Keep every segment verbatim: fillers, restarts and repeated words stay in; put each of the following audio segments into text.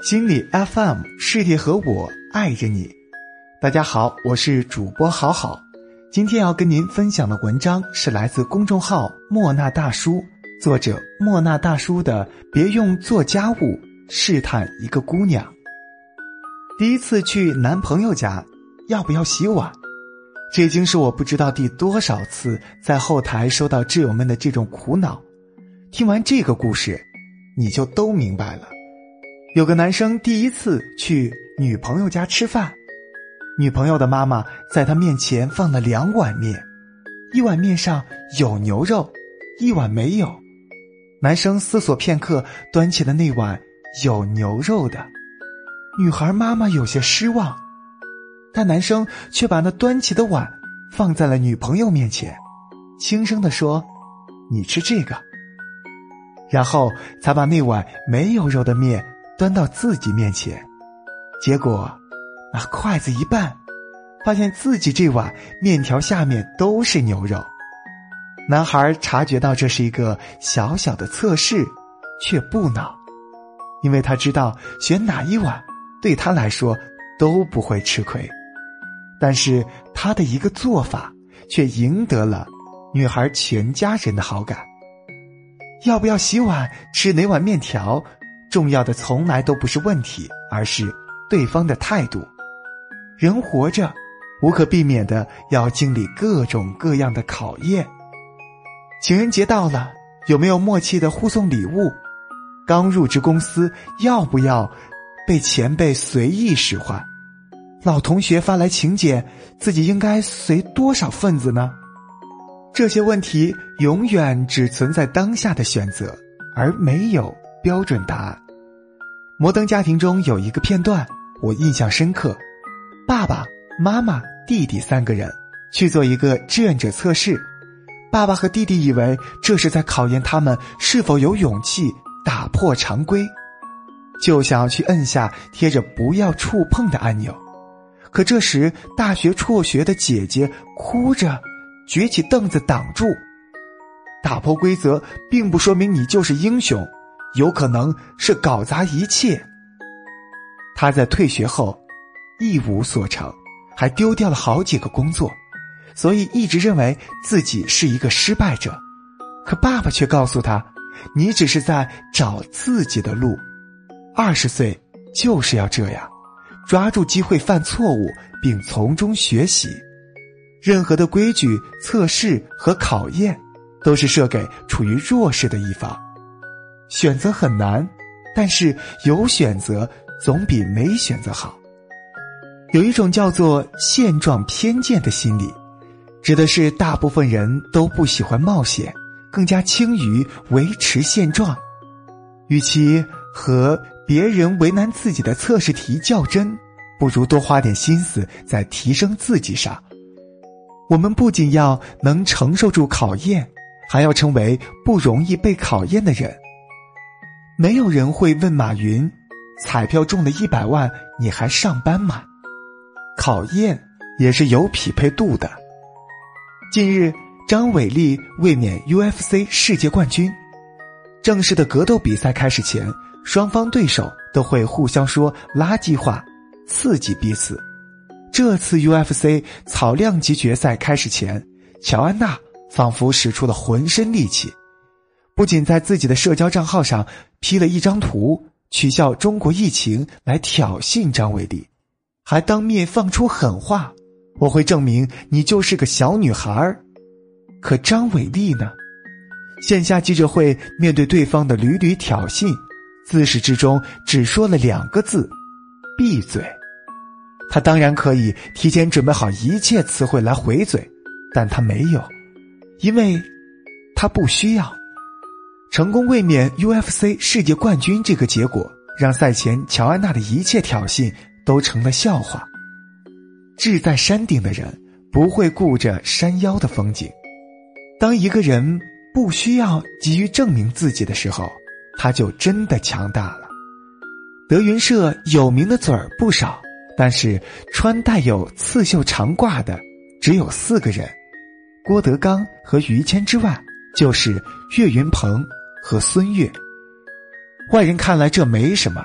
心理 F M 世界和我爱着你。大家好，我是主播好好。今天要跟您分享的文章是来自公众号莫那大叔，作者莫那大叔的别用做家务试探一个姑娘。第一次去男朋友家，要不要洗碗？这已经是我不知道第多少次在后台收到挚友们的这种苦恼。听完这个故事，你就都明白了。有个男生第一次去女朋友家吃饭，女朋友的妈妈在他面前放了两碗面，一碗面上有牛肉，一碗没有。男生思索片刻，端起了那碗有牛肉的。女孩妈妈有些失望，但男生却把那端起的碗放在了女朋友面前，轻声地说：“你吃这个。”然后才把那碗没有肉的面端到自己面前，结果拿筷子一拌，发现自己这碗面条下面都是牛肉。男孩察觉到这是一个小小的测试，却不恼，因为他知道选哪一碗对他来说都不会吃亏。但是他的一个做法却赢得了女孩全家人的好感。要不要洗碗，吃哪碗面条，重要的从来都不是问题，而是对方的态度。人活着无可避免的要经历各种各样的考验。情人节到了，有没有默契的互送礼物？刚入职公司，要不要被前辈随意使唤？老同学发来请柬，自己应该随多少份子呢？这些问题永远只存在当下的选择，而没有标准答案。摩登家庭中有一个片段我印象深刻，爸爸妈妈弟弟三个人去做一个志愿者测试。爸爸和弟弟以为这是在考验他们是否有勇气打破常规，就想要去摁下贴着不要触碰的按钮。可这时大学辍学的姐姐哭着举起凳子挡住。打破规则并不说明你就是英雄，有可能是搞砸一切。他在退学后一无所成，还丢掉了好几个工作，所以一直认为自己是一个失败者。可爸爸却告诉他，你只是在找自己的路。二十岁就是要这样，抓住机会犯错误，并从中学习。任何的规矩、测试和考验都是设给处于弱势的一方。选择很难，但是有选择总比没选择好。有一种叫做现状偏见的心理，指的是大部分人都不喜欢冒险，更加倾于维持现状。与其和别人为难自己的测试题较真，不如多花点心思在提升自己上。我们不仅要能承受住考验，还要成为不容易被考验的人。没有人会问马云，彩票中了一百万，你还上班吗？考验也是有匹配度的。近日，张伟丽卫冕 U F C 世界冠军。正式的格斗比赛开始前，双方对手都会互相说垃圾话，刺激彼此。这次 U F C 草量级决赛开始前，乔安娜仿佛使出了浑身力气，不仅在自己的社交账号上 P 了一张图，取笑中国疫情来挑衅张伟丽，还当面放出狠话，我会证明你就是个小女孩。可张伟丽呢？线下记者会面对对方的屡屡挑衅，自始至终只说了两个字：闭嘴。他当然可以提前准备好一切词汇来回嘴，但他没有，因为他不需要。成功卫冕 U F C 世界冠军这个结果，让赛前乔安娜的一切挑衅都成了笑话。志在山顶的人不会顾着山腰的风景。当一个人不需要急于证明自己的时候，他就真的强大了。德云社有名的嘴儿不少，但是穿带有刺绣长褂的只有四个人，郭德纲和于谦之外，就是岳云鹏和孙越。外人看来这没什么，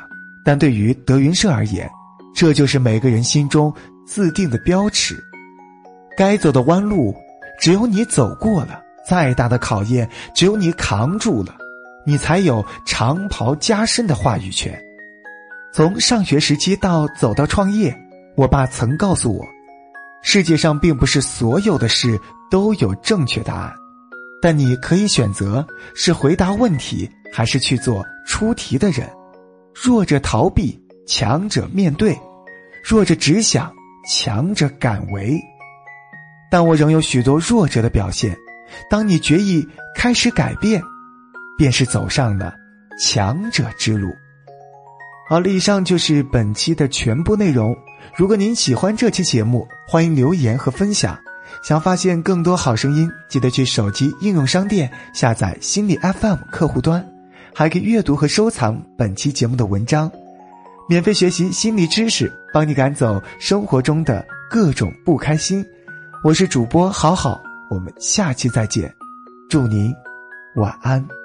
但对于德云社而言，这就是每个人心中自定的标尺。该走的弯路，只有你走过了，再大的考验，只有你扛住了，你才有长袍加身的话语权。从上学时期到走到创业，我爸曾告诉我，世界上并不是所有的事都有正确答案，但你可以选择是回答问题，还是去做出题的人。弱者逃避，强者面对；弱者只想，强者敢为。但我仍有许多弱者的表现，当你决意开始改变，便是走上了强者之路。好了，以上就是本期的全部内容。如果您喜欢这期节目，欢迎留言和分享。想发现更多好声音，记得去手机应用商店下载心理 F M 客户端，还可以阅读和收藏本期节目的文章，免费学习心理知识，帮你赶走生活中的各种不开心。我是主播好好，我们下期再见，祝您晚安。